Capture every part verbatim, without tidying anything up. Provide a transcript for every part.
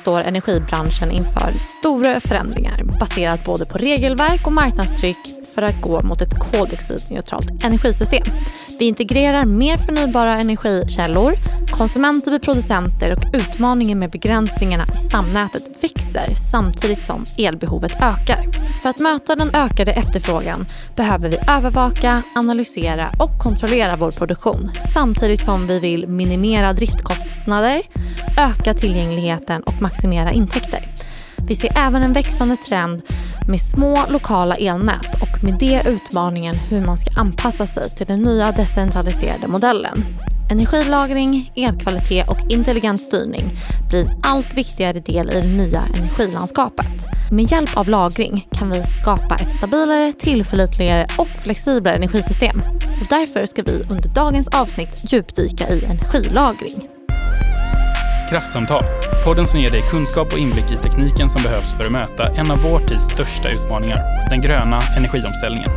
står energibranschen inför stora förändringar baserat både på regelverk och marknadstryck för att gå mot ett koldioxidneutralt energisystem. Vi integrerar mer förnybara energikällor, konsumenter blir producenter och utmaningen med begränsningarna i stamnätet växer samtidigt som elbehovet ökar. För att möta den ökade efterfrågan behöver vi övervaka, analysera och kontrollera vår produktion samtidigt som vi vill minimera driftkostnader, öka tillgängligheten och maximera intäkter. Vi ser även en växande trend med små lokala elnät och med det utmaningen hur man ska anpassa sig till den nya decentraliserade modellen. Energilagring, elkvalitet och intelligent styrning blir en allt viktigare del i det nya energilandskapet. Med hjälp av lagring kan vi skapa ett stabilare, tillförlitligare och flexiblare energisystem. Och därför ska vi under dagens avsnitt djupdyka i energilagring. Kraftsamtal, podden som ger dig kunskap och inblick i tekniken som behövs för att möta en av vår tids största utmaningar, den gröna energiomställningen.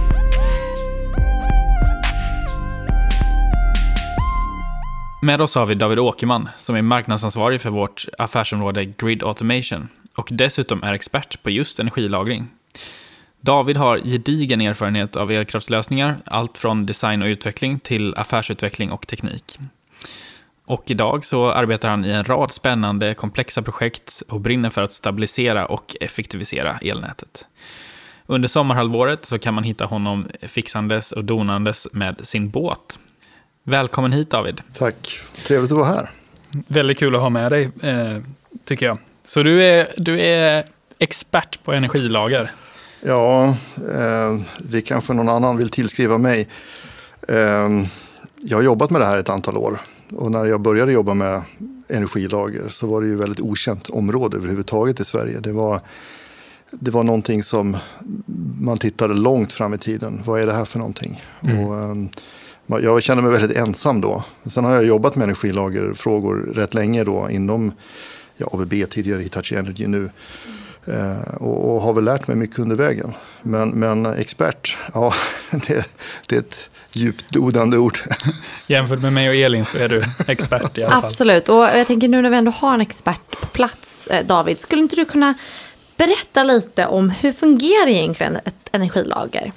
Med oss har vi David Åkerman som är marknadsansvarig för vårt affärsområde Grid Automation och dessutom är expert på just energilagring. David har gedigen erfarenhet av elkraftslösningar, allt från design och utveckling till affärsutveckling och teknik. Och idag så arbetar han i en rad spännande, komplexa projekt och brinner för att stabilisera och effektivisera elnätet. Under sommarhalvåret så kan man hitta honom fixandes och donandes med sin båt. Välkommen hit, David. Tack, trevligt att vara här. Väldigt kul att ha med dig, eh, tycker jag. Så du är, du är expert på energilager. Ja, eh, det kanske någon annan vill tillskriva mig. Eh, jag har jobbat med det här ett antal år. Och när jag började jobba med energilager så var det ju ett väldigt okänt område överhuvudtaget i Sverige. Det var, det var någonting som man tittade långt fram i tiden. Vad är det här för någonting? Mm. Och, um, jag kände mig väldigt ensam då. Sen har jag jobbat med energilagerfrågor rätt länge då inom ja, A V B, tidigare Hitachi Energy nu. Mm. Uh, och, och har väl lärt mig mycket under vägen. Men, men expert, ja, det, det är ett djupdodande ord. Jämfört med mig och Elin så är du expert i alla fall. Absolut, och jag tänker nu när vi ändå har en expert på plats, David, skulle inte du kunna berätta lite om hur fungerar egentligen ett energilager?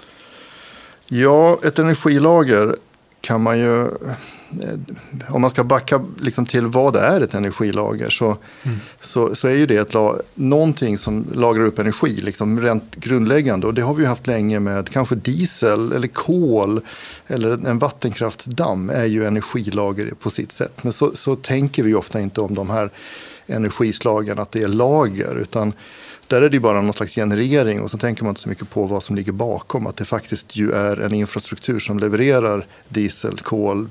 Ja, ett energilager kan man ju, om man ska backa liksom till vad det är ett energilager så, mm. så, så är ju det ett la, någonting som lagrar upp energi, liksom rent grundläggande. Och det har vi ju haft länge med kanske diesel eller kol eller en vattenkraftsdamm är ju energilager på sitt sätt. Men så, så tänker vi ofta inte om de här energislagen att det är lager, utan där är det ju bara någon slags generering och så tänker man inte så mycket på vad som ligger bakom. Att det faktiskt ju är en infrastruktur som levererar diesel, kol,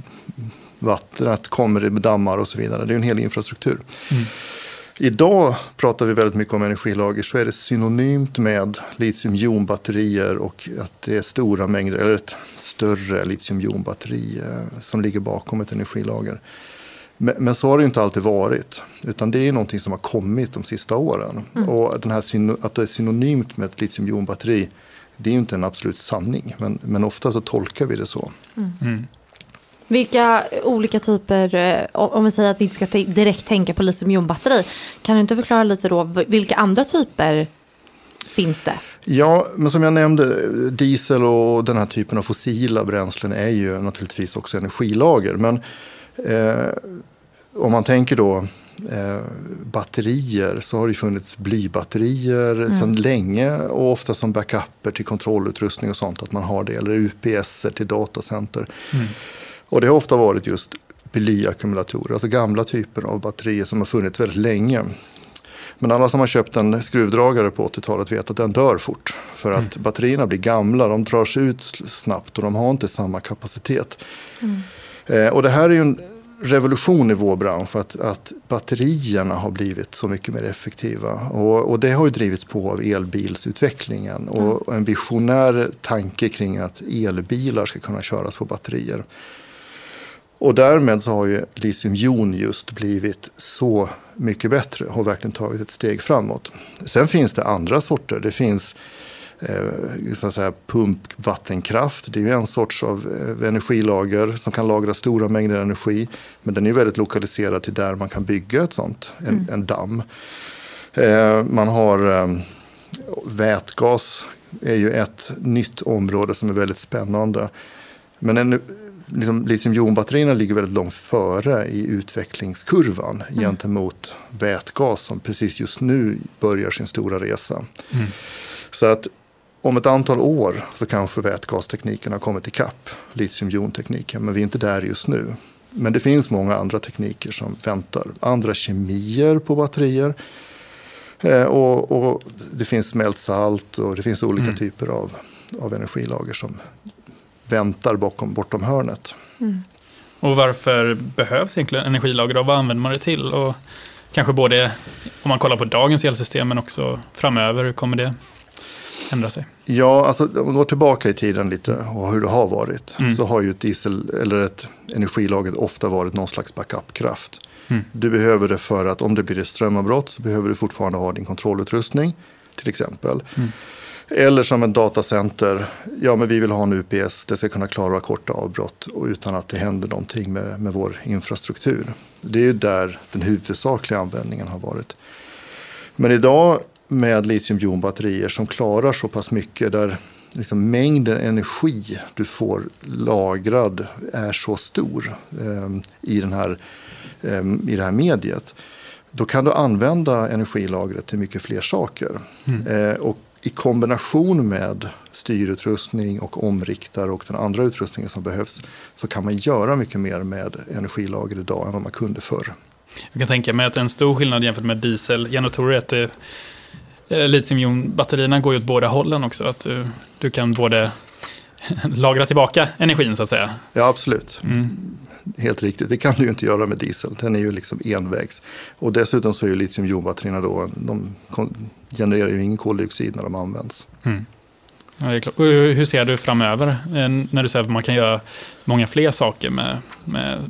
vattnet kommer i dammar och så vidare. Det är en hel infrastruktur. Mm. Idag pratar vi väldigt mycket om energilager, så är det synonymt med litiumjonbatterier och att det är stora mängder, eller ett större litiumjonbatteri som ligger bakom ett energilager. Men så har det ju inte alltid varit, utan det är någonting som har kommit de sista åren. Mm. Och den här att det är synonymt med ett litiumjonbatteri, det är ju inte en absolut sanning, men, men ofta så tolkar vi det så. Mm. Mm. Vilka olika typer, om vi säger att vi inte ska t- direkt tänka på litiumjonbatteri, kan du inte förklara lite då, vilka andra typer finns det? Ja, men som jag nämnde, diesel och den här typen av fossila bränslen är ju naturligtvis också energilager, men eh, om man tänker då eh, batterier, så har det funnits blybatterier mm. sedan länge och ofta som backuper till kontrollutrustning och sånt, att man har det, eller U P S till datacenter. Mm. Och det har ofta varit just blyackumulatorer, alltså gamla typer av batterier som har funnits väldigt länge. Men alla som har köpt en skruvdragare på åttiotalet vet att den dör fort. För att mm. batterierna blir gamla, de drar sig ut snabbt och de har inte samma kapacitet. Mm. Eh, och det här är ju en revolution i vår bransch, att, att batterierna har blivit så mycket mer effektiva. Och, och det har ju drivits på av elbilsutvecklingen. Mm. Och en visionär tanke kring att elbilar ska kunna köras på batterier. Och därmed så har ju litiumjon just blivit så mycket bättre och verkligen tagit ett steg framåt. Sen finns det andra sorter. Det finns eh, så att säga, pumpvattenkraft. Det är ju en sorts av eh, energilager som kan lagra stora mängder energi. Men den är väldigt lokaliserad till där man kan bygga ett sånt, en, mm. en damm. Eh, man har eh, vätgas är ju ett nytt område som är väldigt spännande. Men en, liksom, litiumjonbatterierna ligger väldigt långt före i utvecklingskurvan mm. gentemot vätgas som precis just nu börjar sin stora resa. Mm. Så att om ett antal år så kanske vätgastekniken har kommit ikapp litiumjontekniken, men vi är inte där just nu. Men det finns många andra tekniker som väntar. Andra kemier på batterier. Eh, och, och det finns smält salt och det finns olika mm. typer av, av energilager som väntar bakom, bortom hörnet. Mm. Och varför behövs egentligen energilager och vad använder man det till? Och kanske både om man kollar på dagens elsystem men också framöver, hur kommer det ändra sig? Ja, alltså om man går tillbaka i tiden lite och hur det har varit mm. så har ju ett diesel eller ett energilager ofta varit någon slags backupkraft. Mm. Du behöver det för att om det blir ett strömavbrott så behöver du fortfarande ha din kontrollutrustning till exempel. Mm. Eller som en datacenter, ja men vi vill ha en U P S, det ska kunna klara korta avbrott och utan att det händer någonting med, med vår infrastruktur. Det är ju där den huvudsakliga användningen har varit. Men idag med litiumjonbatterier som klarar så pass mycket där liksom mängden energi du får lagrad är så stor eh, i, den här, eh, i det här mediet, då kan du använda energilagret till mycket fler saker. Mm. Eh, och i kombination med styrutrustning och omriktare och den andra utrustningen som behövs så kan man göra mycket mer med energilager idag än vad man kunde förr. Jag kan tänka mig att en stor skillnad jämfört med dieselgeneratorer är att det, eh, litiumjonbatterierna går ju åt båda hållen också. Att du, du kan både lagra tillbaka energin så att säga. Ja, absolut. Mm. Helt riktigt. Det kan du ju inte göra med diesel. Den är ju liksom envägs. Och dessutom så är ju litiumjonbatterierna då, de genererar ju ingen koldioxid när de används. Mm. Ja, det är klart. Och hur ser du framöver när du säger att man kan göra många fler saker med... med...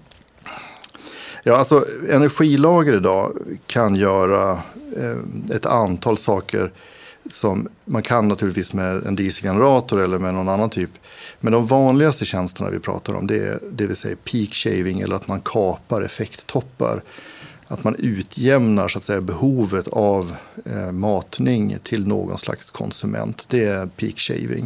Ja, alltså energilager idag kan göra eh, ett antal saker som man kan naturligtvis med en dieselgenerator eller med någon annan typ. Men de vanligaste tjänsterna vi pratar om det är det vill säga peak shaving eller att man kapar effekttoppar. Att man utjämnar så att säga behovet av eh, matning till någon slags konsument. Det är peak shaving.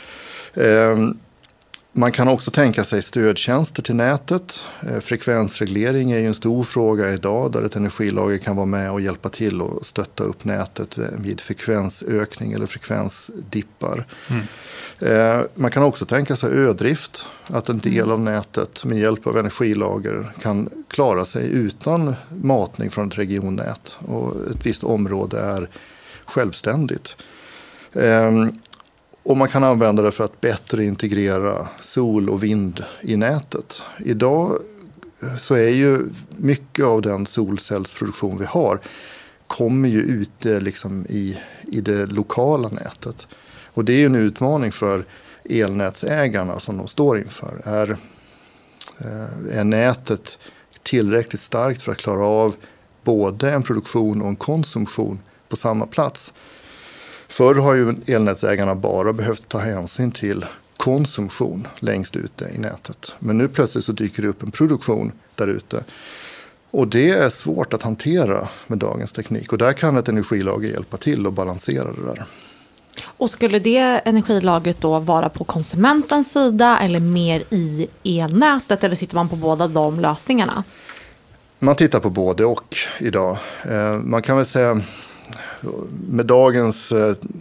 Eh, man kan också tänka sig stödtjänster till nätet. Eh, frekvensreglering är ju en stor fråga idag där ett energilager kan vara med och hjälpa till och stötta upp nätet vid frekvensökning eller frekvensdippar. Mm. Eh, man kan också tänka sig ödrift, att en del av nätet med hjälp av energilager kan klara sig utan matning från ett regionnät och ett visst område är självständigt. Eh, och man kan använda det för att bättre integrera sol och vind i nätet. Idag så är ju mycket av den solcellsproduktion vi har kommer ju ute liksom i, i det lokala nätet. Och det är ju en utmaning för elnätsägarna som de står inför. Är, är nätet tillräckligt starkt för att klara av både en produktion och en konsumtion på samma plats? Förr har ju elnätsägarna bara behövt ta hänsyn till konsumtion längst ute i nätet. Men nu plötsligt så dyker det upp en produktion där ute. Och det är svårt att hantera med dagens teknik. Och där kan ett energilager hjälpa till och balansera det där. Och skulle det energilagret då vara på konsumentens sida eller mer i elnätet? Eller sitter man på båda de lösningarna? Man tittar på både och idag. Man kan väl säga med dagens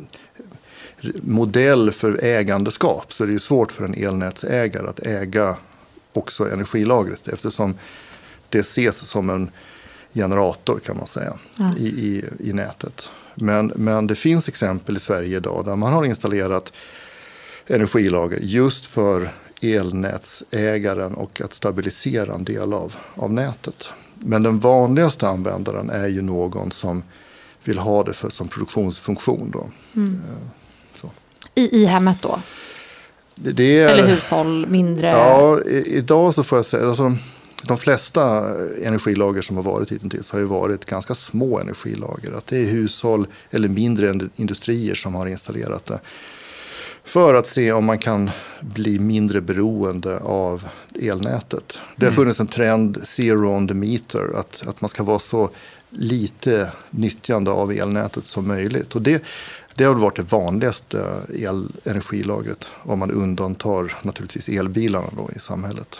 modell för ägandeskap så är det ju svårt för en elnätsägare att äga också energilagret eftersom det ses som en generator kan man säga ja. i, i, i nätet. Men, men det finns exempel i Sverige idag där man har installerat energilager just för elnätsägaren och att stabilisera en del av, av nätet. Men den vanligaste användaren är ju någon som vill ha det för, som produktionsfunktion. Då. Mm. Så. I, I hemmet då? Det, det är, eller hushåll, mindre? Ja, i, idag så får jag säga... Alltså, de flesta energilager som har varit hittills har ju varit ganska små energilager. Att det är hushåll eller mindre industrier som har installerat det. För att se om man kan bli mindre beroende av elnätet. Det har funnits en trend, zero on the meter, att, att man ska vara så lite nyttjande av elnätet som möjligt. Och det, det har varit det vanligaste elenergilagret om man undantar naturligtvis elbilarna då i samhället.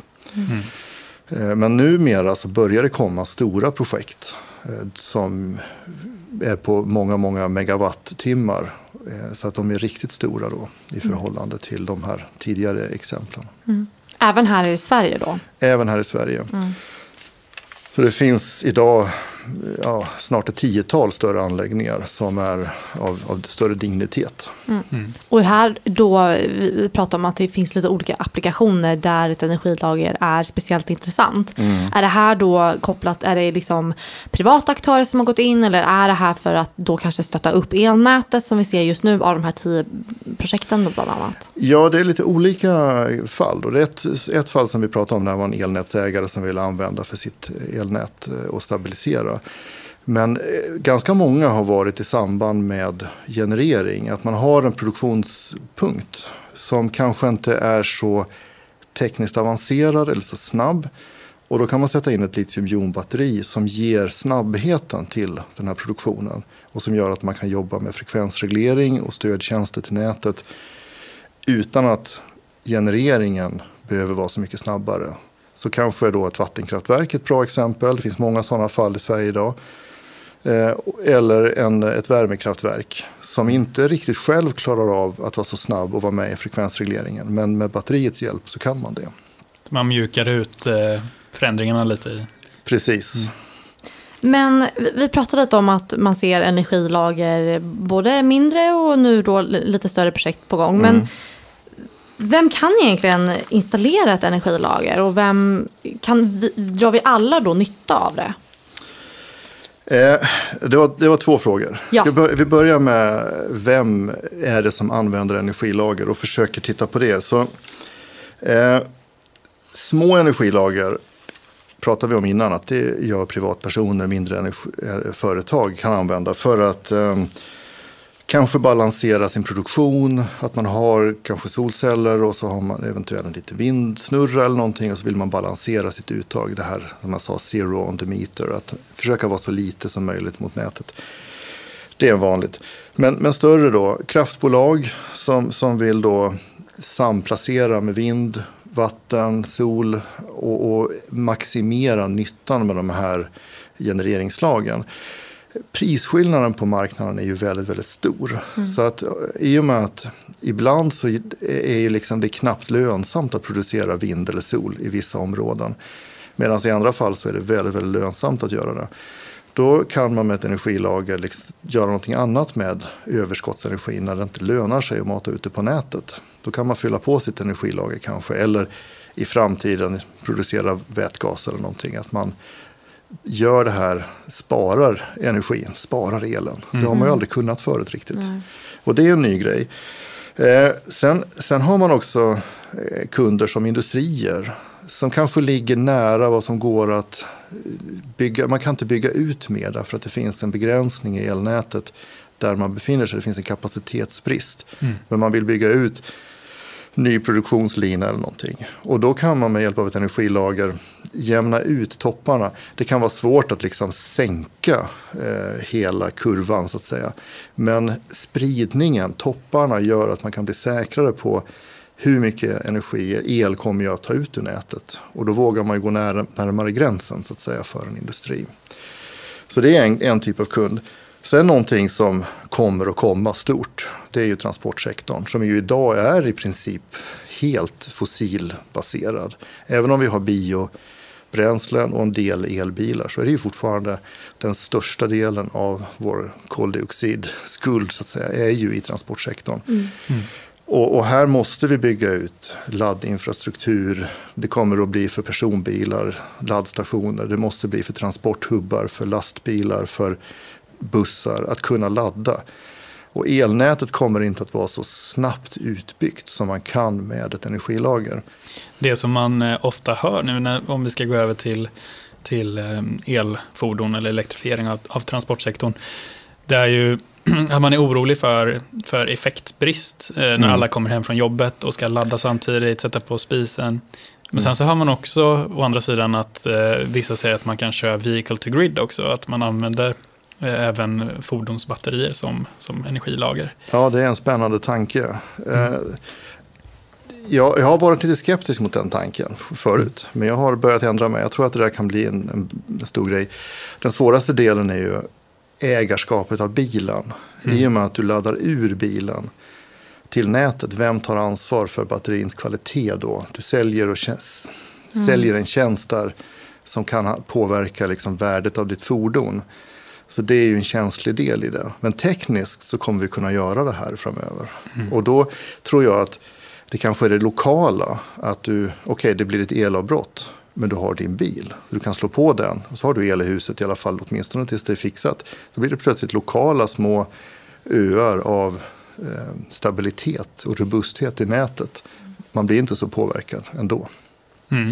Mm. Men numera så börjar det komma stora projekt som är på många, många megawattimmar. Så att de är riktigt stora då i förhållande till de här tidigare exemplen. Mm. Även här i Sverige då? Även här i Sverige. Mm. Så det finns idag ja, snart ett tiotal större anläggningar som är av, av större dignitet. Mm. Mm. Och här då, vi pratar om att det finns lite olika applikationer där ett energilager är speciellt intressant. Mm. Är det här då kopplat, är det liksom privata aktörer som har gått in eller är det här för att då kanske stötta upp elnätet som vi ser just nu av de här tio projekten då bland annat? Ja, det är lite olika fall. Då. Det är ett, ett fall som vi pratar om när det var en elnätsägare som ville använda för sitt elnät och stabilisera. Men ganska många har varit i samband med generering. Att man har en produktionspunkt som kanske inte är så tekniskt avancerad eller så snabb. Och då kan man sätta in ett litiumjonbatteri som ger snabbheten till den här produktionen. Och som gör att man kan jobba med frekvensreglering och stödtjänster till nätet utan att genereringen behöver vara så mycket snabbare. Så kanske då ett vattenkraftverk ett bra exempel. Det finns många sådana fall i Sverige idag. Eh, eller en, ett värmekraftverk som inte riktigt själv klarar av att vara så snabb och vara med i frekvensregleringen. Men med batteriets hjälp så kan man det. Man mjukar ut eh, förändringarna lite i. Precis. Mm. Men vi pratade lite om att man ser energilager både mindre och nu då lite större projekt på gång. Men mm. vem kan egentligen installera ett energilager och vem kan vi, drar vi alla då nytta av det? Eh, det, var, det var två frågor. Ja. Vi, bör, vi börjar med vem är det som använder energilager och försöker titta på det. Så, eh, små energilager pratade vi om innan att det gör privatpersoner, mindre energi, eh, företag kan använda för att eh, kanske balansera sin produktion, att man har kanske solceller och så har man eventuellt en lite vindsnurra eller någonting och så vill man balansera sitt uttag. Det här som man sa, zero on the meter, att försöka vara så lite som möjligt mot nätet. Det är vanligt. Men, men större då, kraftbolag som, som vill då samplacera med vind, vatten, sol och, och maximera nyttan med de här genereringslagen. Prisskillnaden på marknaden är ju väldigt, väldigt stor. Mm. Så att i och med att ibland så är ju liksom det knappt lönsamt att producera vind eller sol i vissa områden. Medan i andra fall så är det väldigt, väldigt lönsamt att göra det. Då kan man med ett energilager liksom göra någonting annat med överskottsenergi när det inte lönar sig att mata ute på nätet. Då kan man fylla på sitt energilager kanske. Eller i framtiden producera vätgas eller någonting. Att man gör det här, sparar energin, sparar elen. Mm. Det har man ju aldrig kunnat förut riktigt. Mm. Och det är en ny grej. Eh, sen, sen har man också eh, kunder som industrier som kanske ligger nära vad som går att bygga. Man kan inte bygga ut mer därför att det finns en begränsning i elnätet där man befinner sig. Det finns en kapacitetsbrist. Mm. Men man vill bygga ut ny produktionslina eller någonting. Och då kan man med hjälp av ett energilager jämna ut topparna. Det kan vara svårt att liksom sänka eh, hela kurvan så att säga. Men spridningen, topparna gör att man kan bli säkrare på hur mycket energi, el kommer jag att ta ut ur nätet. Och då vågar man ju gå nära, närmare gränsen så att säga för en industri. Så det är en, en typ av kund. Sen någonting som kommer att komma stort, det är ju transportsektorn som ju idag är i princip helt fossilbaserad. Även om vi har biobränslen och en del elbilar så är det ju fortfarande den största delen av vår koldioxidskuld så att säga är ju i transportsektorn. Mm. Mm. Och, och här måste vi bygga ut laddinfrastruktur. Det kommer att bli för personbilar, laddstationer. Det måste bli för transporthubbar, för lastbilar, för bussar att kunna ladda. Och elnätet kommer inte att vara så snabbt utbyggt som man kan med ett energilager. Det som man ofta hör nu när, om vi ska gå över till, till elfordon eller elektrifiering av, av transportsektorn, det är ju att man är orolig för, för effektbrist eh, när mm. alla kommer hem från jobbet och ska ladda samtidigt, sätta på spisen. Men sen så har man också å andra sidan att eh, vissa säger att man kan köra vehicle to grid också, att man använder eh, även fordonsbatterier som, som energilager. Ja, det är en spännande tanke. Mm. Eh, jag, jag har varit lite skeptisk mot den tanken förut, men jag har börjat ändra mig. Jag tror att det där kan bli en, en stor grej. Den svåraste delen är ju ägarskapet av bilen. Mm. I och med att du laddar ur bilen till nätet, vem tar ansvar för batterins kvalitet då? Du säljer, och tjänst, mm. säljer en tjänst där som kan påverka liksom värdet av ditt fordon. Så det är ju en känslig del i det. Men tekniskt så kommer vi kunna göra det här framöver. Mm. Och då tror jag att det kanske är det lokala. Att du, okej okay, det blir ett elavbrott, men du har din bil. Du kan slå på den och så har du el i huset i alla fall åtminstone tills det är fixat. Då blir det plötsligt lokala små öar av eh, stabilitet och robusthet i nätet. Man blir inte så påverkad ändå. Mm.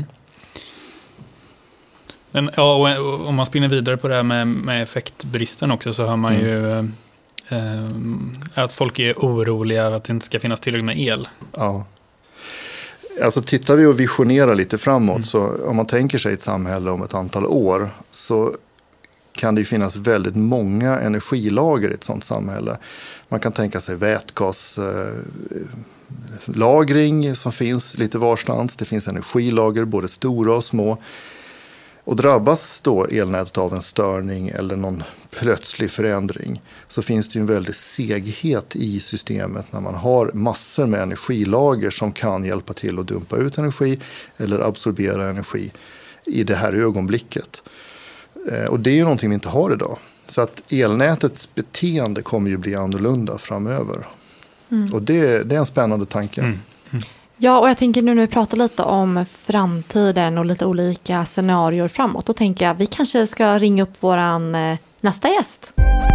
Men, ja, och om man spinner vidare på det här med, med effektbristen också, så hör man mm. ju eh, att folk är oroliga att det inte ska finnas tillräckligt med el. Ja. Alltså tittar vi och visionerar lite framåt, mm. så om man tänker sig ett samhälle om ett antal år, så kan det ju finnas väldigt många energilager i ett sådant samhälle. Man kan tänka sig vätgaslagring eh, som finns lite varstans. Det finns energilager, både stora och små. Och drabbas då elnätet av en störning eller någon plötslig förändring, så finns det ju en väldig seghet i systemet när man har massor med energilager som kan hjälpa till att dumpa ut energi eller absorbera energi i det här ögonblicket. Och det är ju någonting vi inte har idag. Så att elnätets beteende kommer ju bli annorlunda framöver. Mm. Och det, det är en spännande tanke. Mm. Mm. Ja, och jag tänker nu när vi pratar lite om framtiden och lite olika scenarier framåt, då tänker jag att vi kanske ska ringa upp våran eh, nästa gäst.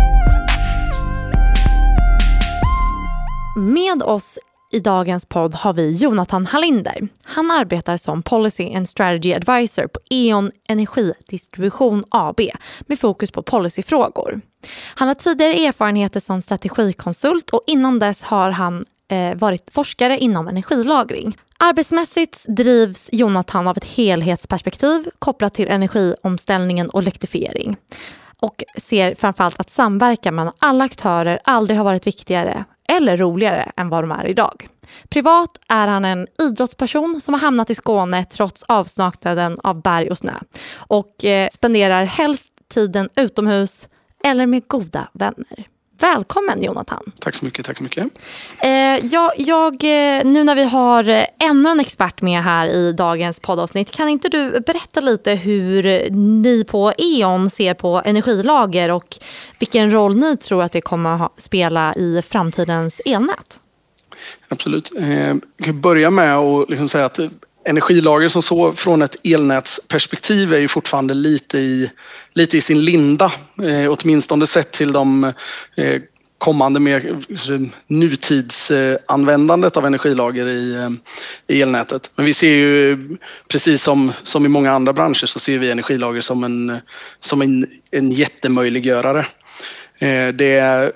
Med oss i dagens podd har vi Jonathan Hallinder. Han arbetar som Policy and Strategy Advisor på E.ON Energidistribution A B med fokus på policyfrågor. Han har tidigare erfarenheter som strategikonsult och innan dess har han eh, varit forskare inom energilagring. Arbetsmässigt drivs Jonathan av ett helhetsperspektiv kopplat till energiomställningen och elektrifiering. Och ser framförallt att samverkan mellan alla aktörer aldrig har varit viktigare eller roligare än vad de är idag. Privat är han en idrottsperson som har hamnat i Skåne trots avsaknaden av berg och snö. Och eh, spenderar helst tiden utomhus eller med goda vänner. Välkommen Jonathan. Tack så mycket, tack så mycket. Eh, jag, jag, nu när vi har ännu en expert med här i dagens poddavsnitt, kan inte du berätta lite hur ni på E.ON ser på energilager och vilken roll ni tror att det kommer att ha, spela i framtidens elnät? Absolut. Eh, jag kan börja med att liksom säga att energilager som så från ett elnätsperspektiv är ju fortfarande lite i, lite i sin linda. Eh, åtminstone sett till de eh, kommande mer eh, nutidsanvändandet av energilager i, eh, i elnätet. Men vi ser ju, precis som, som i många andra branscher, så ser vi energilager som en, som en, en jättemöjliggörare. Eh, det är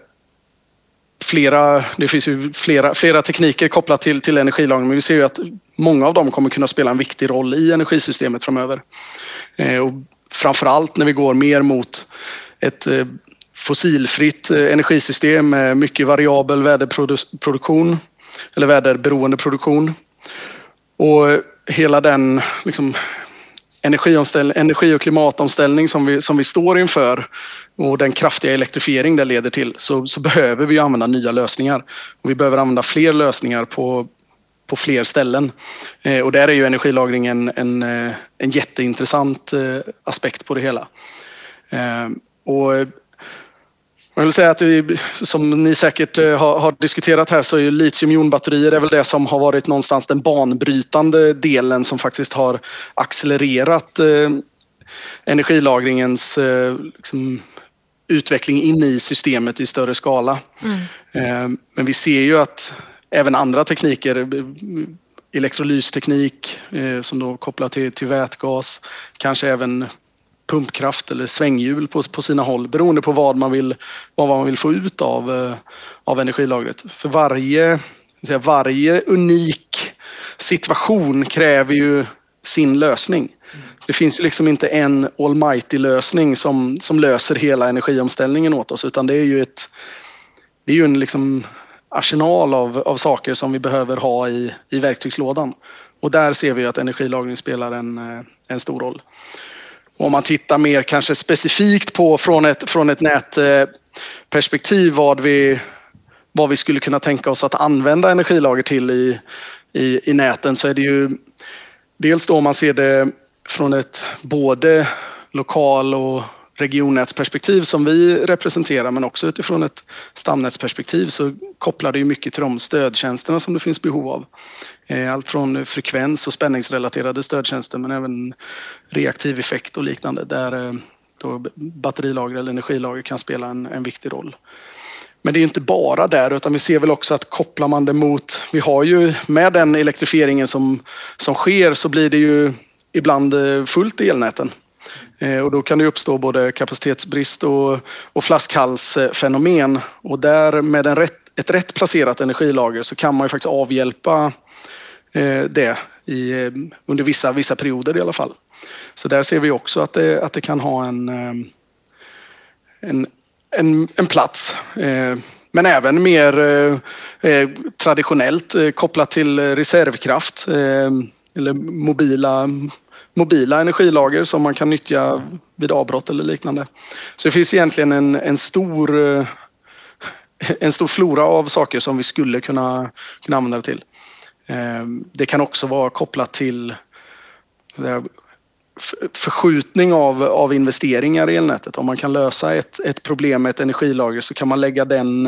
Flera, det finns ju flera, flera tekniker kopplat till, till energilagring, men vi ser ju att många av dem kommer kunna spela en viktig roll i energisystemet framöver. Eh, och framförallt när vi går mer mot ett eh, fossilfritt eh, energisystem med mycket variabel väderproduktion eller väderberoende produktion. Och hela den liksom, energiomställning, energi- och klimatomställning som vi, som vi står inför och den kraftiga elektrifiering det leder till, så, så behöver vi använda nya lösningar. Och vi behöver använda fler lösningar på, på fler ställen. Eh, och där är ju energilagringen en, en, en jätteintressant eh, aspekt på det hela. Eh, och jag vill säga att vi, som ni säkert har, har diskuterat här, så är ju litiumjonbatterier är väl det som har varit någonstans den banbrytande delen som faktiskt har accelererat eh, energilagringens eh, liksom, utveckling in i systemet i större skala. Mm. Eh, men vi ser ju att även andra tekniker, elektrolysteknik eh, som då kopplar till, till vätgas, kanske även pumpkraft eller svänghjul på, på sina håll, beroende på vad man vill, vad man vill få ut av, eh, av energilagret. För varje, säga, varje unik situation kräver ju sin lösning. Det finns ju liksom inte en almighty lösning som, som löser hela energiomställningen åt oss, utan det är ju, ett, det är ju en liksom arsenal av, av saker som vi behöver ha i, i verktygslådan. Och där ser vi att energilagring spelar en, en stor roll. Och om man tittar mer kanske specifikt på från ett, från ett nätperspektiv vad vi, vad vi skulle kunna tänka oss att använda energilager till i, i, i näten, så är det ju dels då man ser det från ett både lokal- och regionnätsperspektiv som vi representerar, men också utifrån ett stamnätsperspektiv så kopplar det ju mycket till de stödtjänsterna som det finns behov av. Allt från frekvens- och spänningsrelaterade stödtjänster, men även reaktiv effekt och liknande, där då batterilager eller energilager kan spela en, en viktig roll. Men det är inte bara där, utan vi ser väl också att kopplar man det mot, vi har ju med den elektrifieringen som, som sker, så blir det ju ibland fullt i elnäten. Och då kan det uppstå både kapacitetsbrist och, och flaskhalsfenomen. Och där med en rätt, ett rätt placerat energilager så kan man ju faktiskt avhjälpa eh, det i, under vissa, vissa perioder i alla fall. Så där ser vi också att det, att det kan ha en, en, en, en plats. Eh, men även mer eh, traditionellt eh, kopplat till reservkraft eh, eller mobila mobila energilager som man kan nyttja vid avbrott eller liknande. Så det finns egentligen en, en, stor, en stor flora av saker som vi skulle kunna, kunna använda det till. Det kan också vara kopplat till förskjutning av, av investeringar i elnätet. Om man kan lösa ett, ett problem med ett energilager så kan man lägga den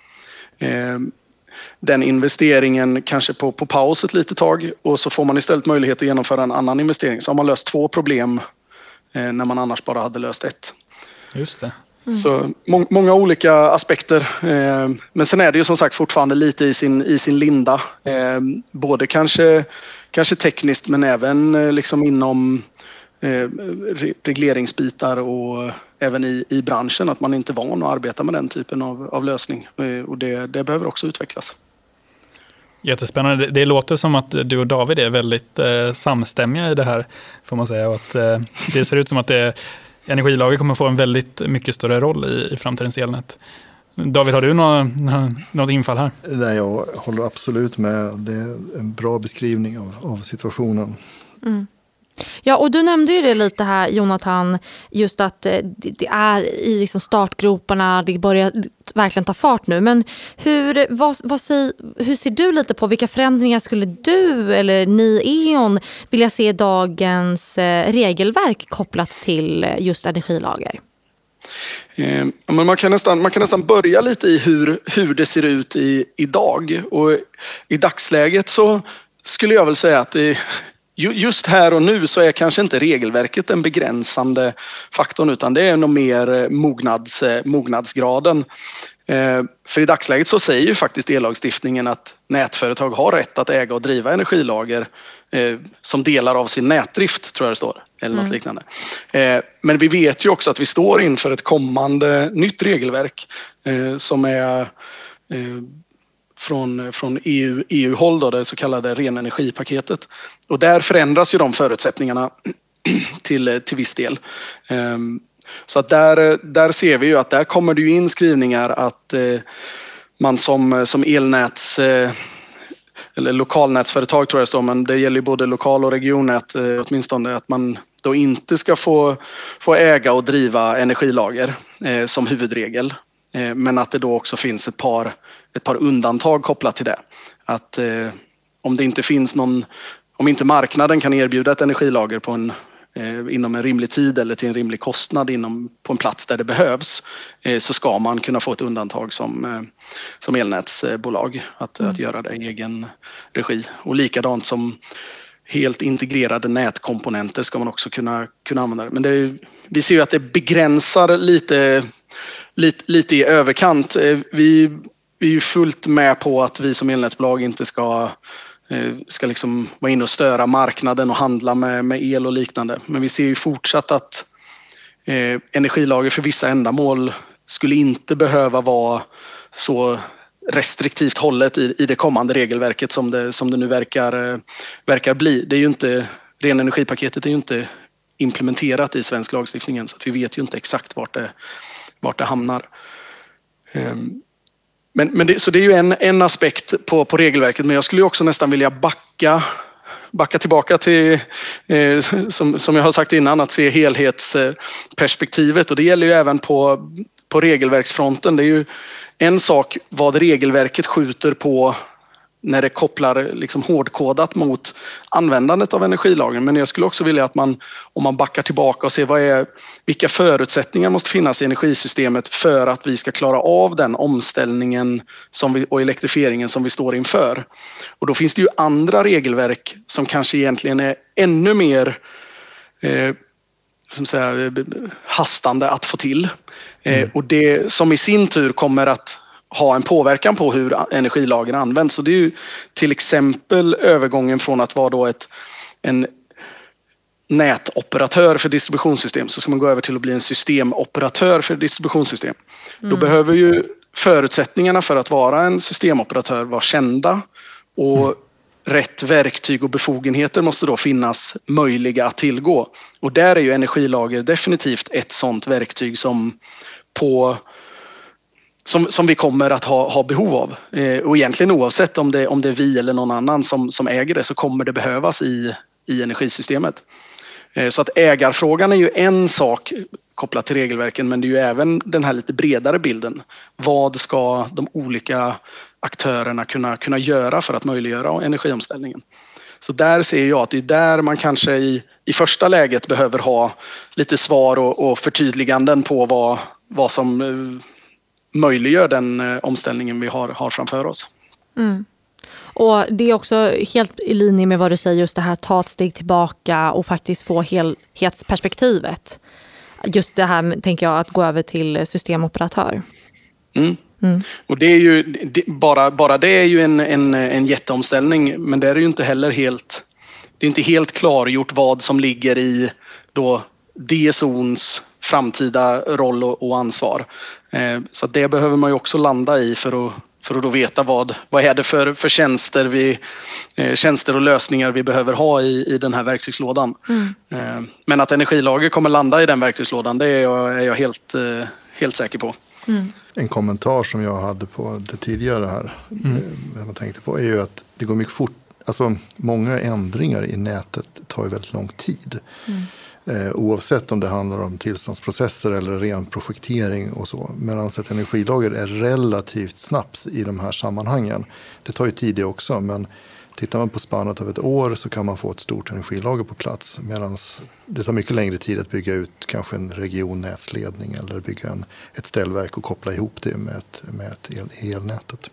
den investeringen kanske på, på paus ett litet tag, och så får man istället möjlighet att genomföra en annan investering. Så har man löst två problem eh, när man annars bara hade löst ett. Just det. Mm. Så må, många olika aspekter. Eh, men sen är det ju som sagt fortfarande lite i sin, i sin linda. Eh, både kanske, kanske tekniskt, men även eh, liksom inom eh, regleringsbitar och även i, i branschen, att man inte är van att arbeta med den typen av, av lösning. Eh, och det, det behöver också utvecklas. Jättespännande. Det, det låter som att du och David är väldigt eh, samstämmiga i det här, får man säga. Och att, eh, det ser ut som att det, energilager kommer få en väldigt mycket större roll i, i framtidens elnät. David, har du några, något infall här? Nej, jag håller absolut med. Det är en bra beskrivning av, av situationen. Mm. Ja, och du nämnde ju det lite här, Jonathan, just att det är i liksom startgroparna, det börjar verkligen ta fart nu. Men hur, vad, vad säger, hur ser du lite på, vilka förändringar skulle du eller ni E.ON vilja se i dagens regelverk kopplat till just energilager? Eh, men man, kan nästan, man kan nästan börja lite i hur, hur det ser ut i, idag. Och i dagsläget så skulle jag väl säga att det just här och nu så är kanske inte regelverket den begränsande faktorn, utan det är nog mer mognads, mognadsgraden. För i dagsläget så säger ju faktiskt ellagstiftningen att nätföretag har rätt att äga och driva energilager som delar av sin nätdrift, tror jag det står, eller något mm. liknande. Men vi vet ju också att vi står inför ett kommande nytt regelverk som är från, från E U, E U-håll, då, det så kallade ren energipaketet. Och där förändras ju de förutsättningarna till, till viss del. Så att där, där ser vi ju att där kommer det ju in skrivningar att man som, som elnäts eller lokalnätsföretag, tror jag det står, men det gäller ju både lokal- och regionnät åtminstone, att man då inte ska få, få äga och driva energilager eh, som huvudregel. Eh, men att det då också finns ett par, ett par undantag kopplat till det. Att eh, om det inte finns någon, om inte marknaden kan erbjuda ett energilager på en eh, inom en rimlig tid eller till en rimlig kostnad inom, på en plats där det behövs, eh, så ska man kunna få ett undantag som, eh, som elnätsbolag att, mm. att göra det i egen regi. Och likadant som helt integrerade nätkomponenter ska man också kunna, kunna använda det. Men det är, vi ser ju att det begränsar lite lite, lite i överkant. Vi, vi är ju fullt med på att vi som elnätsbolag inte ska, ska liksom vara inne och störa marknaden och handla med, med el och liknande. Men vi ser ju fortsatt att eh, energilager för vissa ändamål skulle inte behöva vara så restriktivt hållet i, i det kommande regelverket som det, som det nu verkar, verkar bli. Det är ju inte, ren energipaketet är ju inte implementerat i svensk lagstiftning, så att vi vet ju inte exakt vart det, vart det hamnar. Men, men det, så det är ju en, en aspekt på, på regelverket, men jag skulle också nästan vilja backa, backa tillbaka till, eh, som, som jag har sagt innan, att se helhetsperspektivet, och det gäller ju även på, på regelverksfronten. Det är ju en sak vad regelverket skjuter på när det kopplar liksom hårdkodat mot användandet av energilagen. Men jag skulle också vilja att man, om man backar tillbaka och ser vad är, vilka förutsättningar måste finnas i energisystemet för att vi ska klara av den omställningen som vi, och elektrifieringen som vi står inför. Och då finns det ju andra regelverk som kanske egentligen är ännu mer eh, som säga, hastande att få till. Mm. Eh, och det som i sin tur kommer att ha en påverkan på hur energilagen används. Så det är ju till exempel övergången från att vara då ett, en nätoperatör för distributionssystem, så ska man gå över till att bli en systemoperatör för distributionssystem. Mm. Då behöver ju förutsättningarna för att vara en systemoperatör vara kända, och mm. rätt verktyg och befogenheter måste då finnas möjliga att tillgå. Och där är ju energilager definitivt ett sådant verktyg som på Som, som vi kommer att ha, ha behov av. Eh, och egentligen oavsett om det, om det är vi eller någon annan som, som äger det, så kommer det behövas i, i energisystemet. Eh, så att ägarfrågan är ju en sak kopplat till regelverken, men det är ju även den här lite bredare bilden. Vad ska de olika aktörerna kunna, kunna göra för att möjliggöra energiomställningen? Så där ser jag att det är där man kanske i, i första läget behöver ha lite svar och, och förtydliganden på vad, vad som möjliggör den omställningen vi har, har framför oss. Mm. Och det är också helt i linje med vad du säger, just det här ta ett steg tillbaka och faktiskt få helhetsperspektivet. Just det här, tänker jag, att gå över till systemoperatör. Mm. Mm. Och det är ju, det, bara, bara det är ju en, en, en jätteomställning, men det är ju inte heller helt, det är inte helt klargjort vad som ligger i då D S O:ns framtida roll och, och ansvar. Eh, så det behöver man ju också landa i för att, för att då veta vad, vad är det för, för tjänster, vi, eh, tjänster och lösningar vi behöver ha i, i den här verktygslådan. Mm. Eh, men att energilager kommer landa i den verktygslådan, det är jag, är jag helt, eh, helt säker på. Mm. En kommentar som jag hade på det tidigare här, mm. eh, jag tänkte på, är ju att det går mycket fort. Alltså många ändringar i nätet tar ju väldigt lång tid. Mm. Eh, oavsett om det handlar om tillståndsprocesser eller ren projektering och så. Medan ett energilager är relativt snabbt i de här sammanhangen. Det tar ju tid det också, men tittar man på spannet av ett år så kan man få ett stort energilager på plats. Medan det tar mycket längre tid att bygga ut kanske en regionnätsledning eller bygga en, ett ställverk och koppla ihop det med, ett, med ett el, elnätet.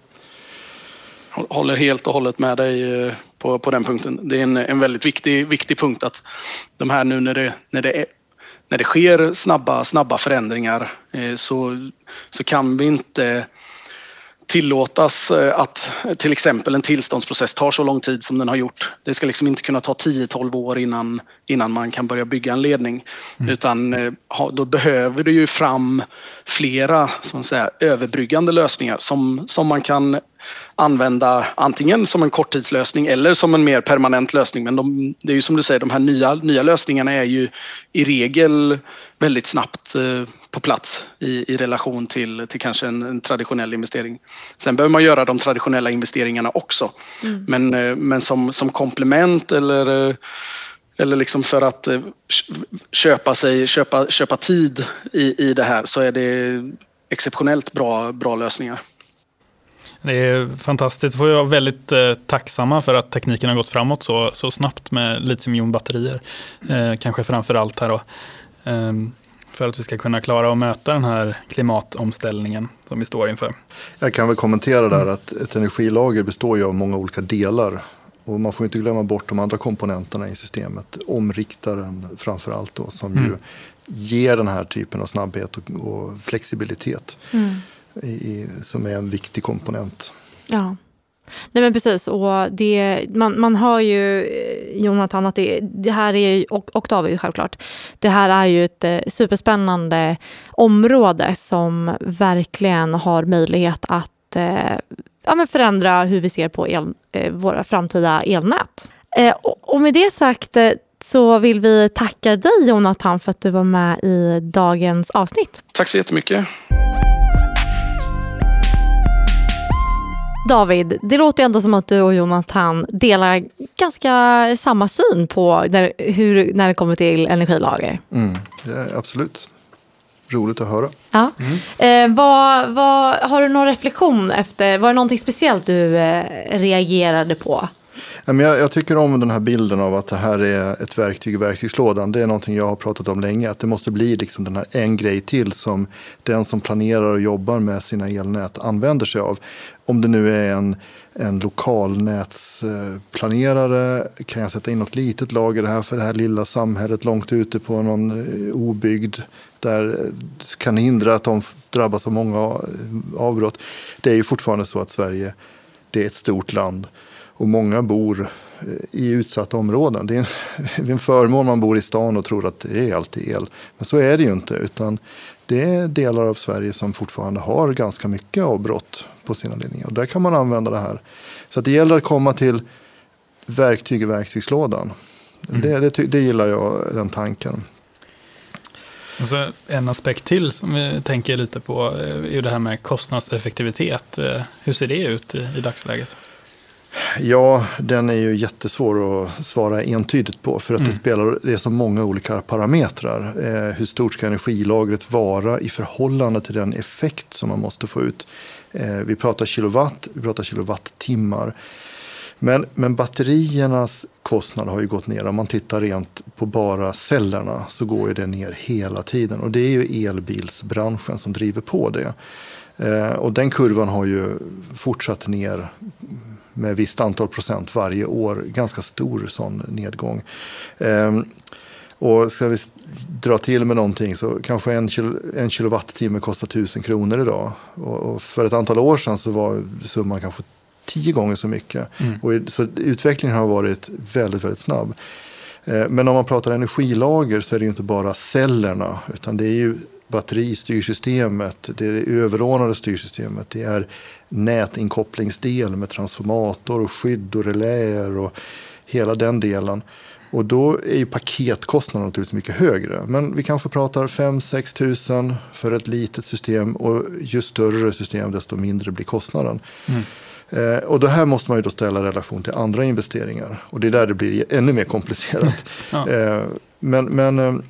Håller helt och hållet med dig på, på den punkten. Det är en, en väldigt viktig, viktig punkt att de här nu när det, när det, är, när det sker snabba, snabba förändringar eh, så, så kan vi inte tillåtas att till exempel en tillståndsprocess tar så lång tid som den har gjort. Det ska liksom inte kunna ta tio till tolv år innan, innan man kan börja bygga en ledning. Mm. Utan då behöver det ju fram flera så att säga, överbryggande lösningar som, som man kan använda antingen som en korttidslösning eller som en mer permanent lösning. Men de, det är ju som du säger, de här nya, nya lösningarna är ju i regel väldigt snabbt eh, på plats i, i relation till, till kanske en, en traditionell investering. Sen behöver man göra de traditionella investeringarna också. Mm. Men, eh, men som, som komplement eller, eller liksom för att eh, köpa, sig, köpa, köpa tid i, i det här så är det exceptionellt bra, bra lösningar. Det är fantastiskt. Vi får vara väldigt eh, tacksamma för att tekniken har gått framåt så, så snabbt med litiumjonbatterier. Eh, kanske framför allt här då. Eh, för att vi ska kunna klara att möta den här klimatomställningen som vi står inför. Jag kan väl kommentera där att ett energilager består ju av många olika delar. Och man får inte glömma bort de andra komponenterna i systemet. Omriktaren framför allt då, som mm. ju ger den här typen av snabbhet och, och flexibilitet Mm. i, i, som är en viktig komponent. Ja. Nej men precis, och det, man, man hör ju, Jonathan, att det, det här är, och, och David självklart, det här är ju ett eh, superspännande område som verkligen har möjlighet att eh, ja, men förändra hur vi ser på el, eh, våra framtida elnät. Eh, och, och med det sagt eh, så vill vi tacka dig, Jonathan, för att du var med i dagens avsnitt. Tack så jättemycket. David, det låter ändå som att du och Jonathan delar ganska samma syn på när, hur, när det kommer till energilager. Mm, ja, absolut. Roligt att höra. Ja. Mm. Eh, vad, vad, har du någon reflektion efter, var det någonting speciellt du eh, reagerade på? Jag, jag tycker om den här bilden av att det här är ett verktyg i verktygslådan. Det är någonting jag har pratat om länge. Att det måste bli liksom den här en grej till som den som planerar och jobbar med sina elnät använder sig av. Om det nu är en, en lokalnätsplanerare, kan jag sätta in något litet lager här för det här lilla samhället långt ute på någon obygd där kan hindra att de drabbas av många avbrott. Det är ju fortfarande så att Sverige, det är ett stort land. Och många bor i utsatta områden. Det är, en, det är en förmån man bor i stan och tror att det är alltid el. Men så är det ju inte. Utan det är delar av Sverige som fortfarande har ganska mycket avbrott på sina ledningar. Och där kan man använda det här. Så att det gäller att komma till verktyg i verktygslådan. Mm. Det, det, det gillar jag, den tanken. Och så en aspekt till som vi tänker lite på är ju det här med kostnadseffektivitet. Hur ser det ut i, i dagsläget? Ja, den är ju jättesvår att svara entydigt på för att mm. det spelar det är så många olika parametrar. Eh, hur stort ska energilagret vara i förhållande till den effekt som man måste få ut? Eh, vi pratar kilowatt, vi pratar kilowattimmar. Men, men batteriernas kostnad har ju gått ner. Om man tittar rent på bara cellerna så går ju det ner hela tiden. Och det är ju elbilsbranschen som driver på det. Eh, och den kurvan har ju fortsatt ner med visst antal procent varje år. Ganska stor sån nedgång. Eh, och ska vi dra till med någonting så kanske en, kil- en kilowattimme kostar tusen kronor idag. Och, och för ett antal år sedan så var summan kanske tio gånger så mycket. Mm. Och så utvecklingen har varit väldigt, väldigt snabb. Eh, men om man pratar energilager så är det ju inte bara cellerna utan det är ju batteristyrsystemet, det är det överordnade styrsystemet, det är nätinkopplingsdel med transformator och skydd och reläer och hela den delen. Och då är ju paketkostnaden naturligtvis mycket högre. Men vi kanske pratar fem till sex tusen för ett litet system och ju större system desto mindre blir kostnaden. Mm. Eh, och det här måste man ju då ställa i relation till andra investeringar. Och det är där det blir ännu mer komplicerat. ja. eh, men men eh,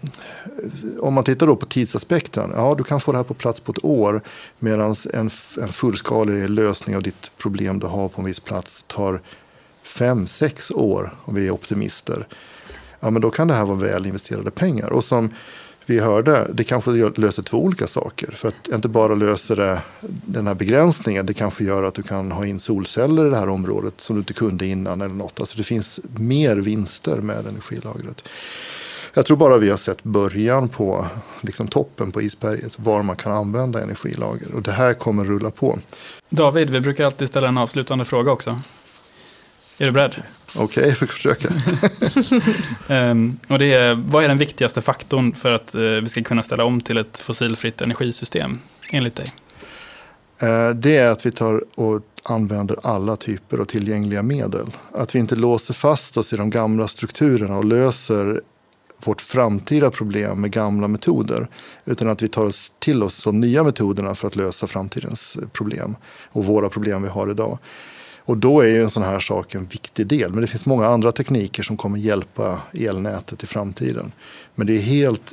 om man tittar då på tidsaspekten, ja du kan få det här på plats på ett år medan en, en fullskalig lösning av ditt problem du har på en viss plats tar fem, sex år om vi är optimister. Ja men då kan det här vara väl investerade pengar. Och som vi hörde, det kanske löser två olika saker. För att inte bara löser det den här begränsningen, det kanske gör att du kan ha in solceller i det här området som du inte kunde innan eller något. Alltså det finns mer vinster med energilagret. Jag tror bara vi har sett början på liksom toppen på isberget var man kan använda energilager. Och det här kommer rulla på. David, vi brukar alltid ställa en avslutande fråga också. Är du beredd? Okej, okay, jag får försöka. um, och det är, vad är den viktigaste faktorn för att uh, vi ska kunna ställa om till ett fossilfritt energisystem, enligt dig? Uh, det är att vi tar och använder alla typer av tillgängliga medel. Att vi inte låser fast oss i de gamla strukturerna och löser vårt framtida problem med gamla metoder. Utan att vi tar oss till oss de nya metoderna för att lösa framtidens problem och våra problem vi har idag. Och då är ju en sån här sak en viktig del. Men det finns många andra tekniker som kommer hjälpa elnätet i framtiden. Men det är helt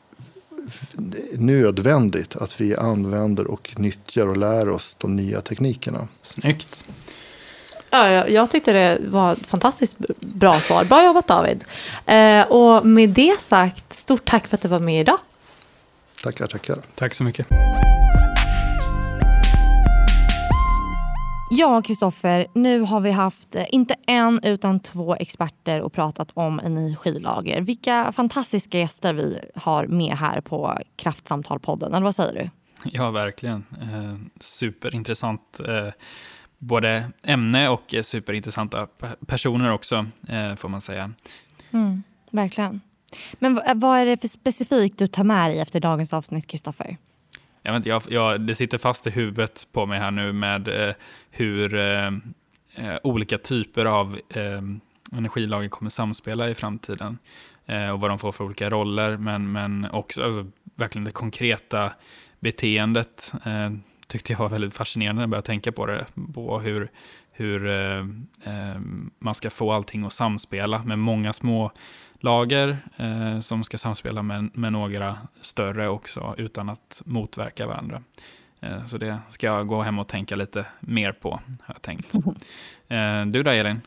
nödvändigt att vi använder och nyttjar och lär oss de nya teknikerna. Snyggt. Ja, jag, jag tyckte det var ett fantastiskt bra svar. Bra jobbat David. Eh, och med det sagt, stort tack för att du var med idag. Tackar, tackar. Tack så mycket. Ja, Kristoffer, nu har vi haft inte en utan två experter och pratat om energilager. Vilka fantastiska gäster vi har med här på Kraftsamtal-podden, eller vad säger du? Ja, verkligen. Eh, superintressant eh, både ämne och superintressanta personer också, eh, får man säga. Mm, verkligen. Men vad är det för specifikt du tar med dig efter dagens avsnitt, Kristoffer? Jag vet inte, jag, jag, det sitter fast i huvudet på mig här nu med eh, hur eh, olika typer av eh, energilager kommer samspela i framtiden. Eh, och vad de får för olika roller, men, men också alltså, verkligen det konkreta beteendet eh, tyckte jag var väldigt fascinerande när jag började tänka på det. På hur, hur eh, eh, man ska få allting att samspela med många små lager eh, som ska samspela med, med några större också utan att motverka varandra. Eh, så det ska jag gå hem och tänka lite mer på, har jag tänkt. Eh, du då, Elin?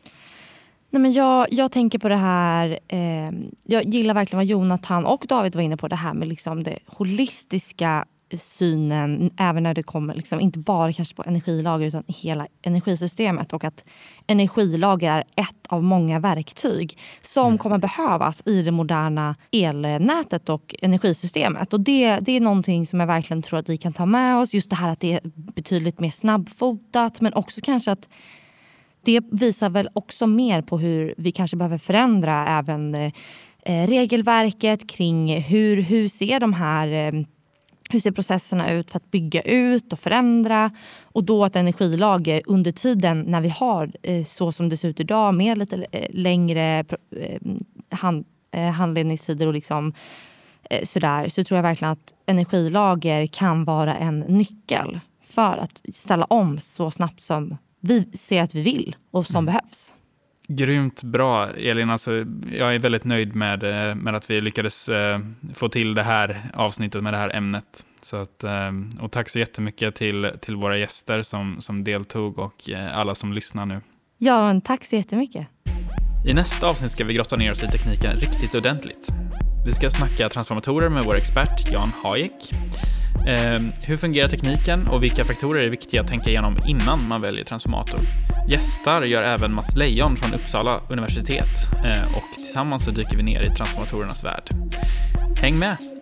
Nej, men jag, jag tänker på det här, eh, jag gillar verkligen vad Jonathan och David var inne på, det här med liksom det holistiska synen, även när det kommer liksom, inte bara kanske på energilager utan hela energisystemet, och att energilager är ett av många verktyg som mm. kommer behövas i det moderna elnätet och energisystemet. Och det, det är någonting som jag verkligen tror att vi kan ta med oss, just det här att det är betydligt mer snabbfotat, men också kanske att det visar väl också mer på hur vi kanske behöver förändra även eh, regelverket kring hur, hur ser de här eh, hur ser processerna ut för att bygga ut och förändra, och då att energilager under tiden när vi har eh, så som det ser ut idag med lite eh, längre eh, hand, eh, handledningstider och liksom eh, sådär, så tror jag verkligen att energilager kan vara en nyckel för att ställa om så snabbt som vi ser att vi vill och som mm. behövs. Grymt bra, Elin. Alltså, jag är väldigt nöjd med, med att vi lyckades eh, få till det här avsnittet med det här ämnet. Så att, eh, och tack så jättemycket till, till våra gäster som, som deltog och eh, alla som lyssnar nu. Ja, men tack så jättemycket. I nästa avsnitt ska vi grotta ner oss i tekniken riktigt ordentligt. Vi ska snacka transformatorer med vår expert Jan Hayek. Eh, hur fungerar tekniken och vilka faktorer är viktiga att tänka igenom innan man väljer transformator? Gästar gör även Mats Lejon från Uppsala universitet eh, och tillsammans så dyker vi ner i transformatorernas värld. Häng med!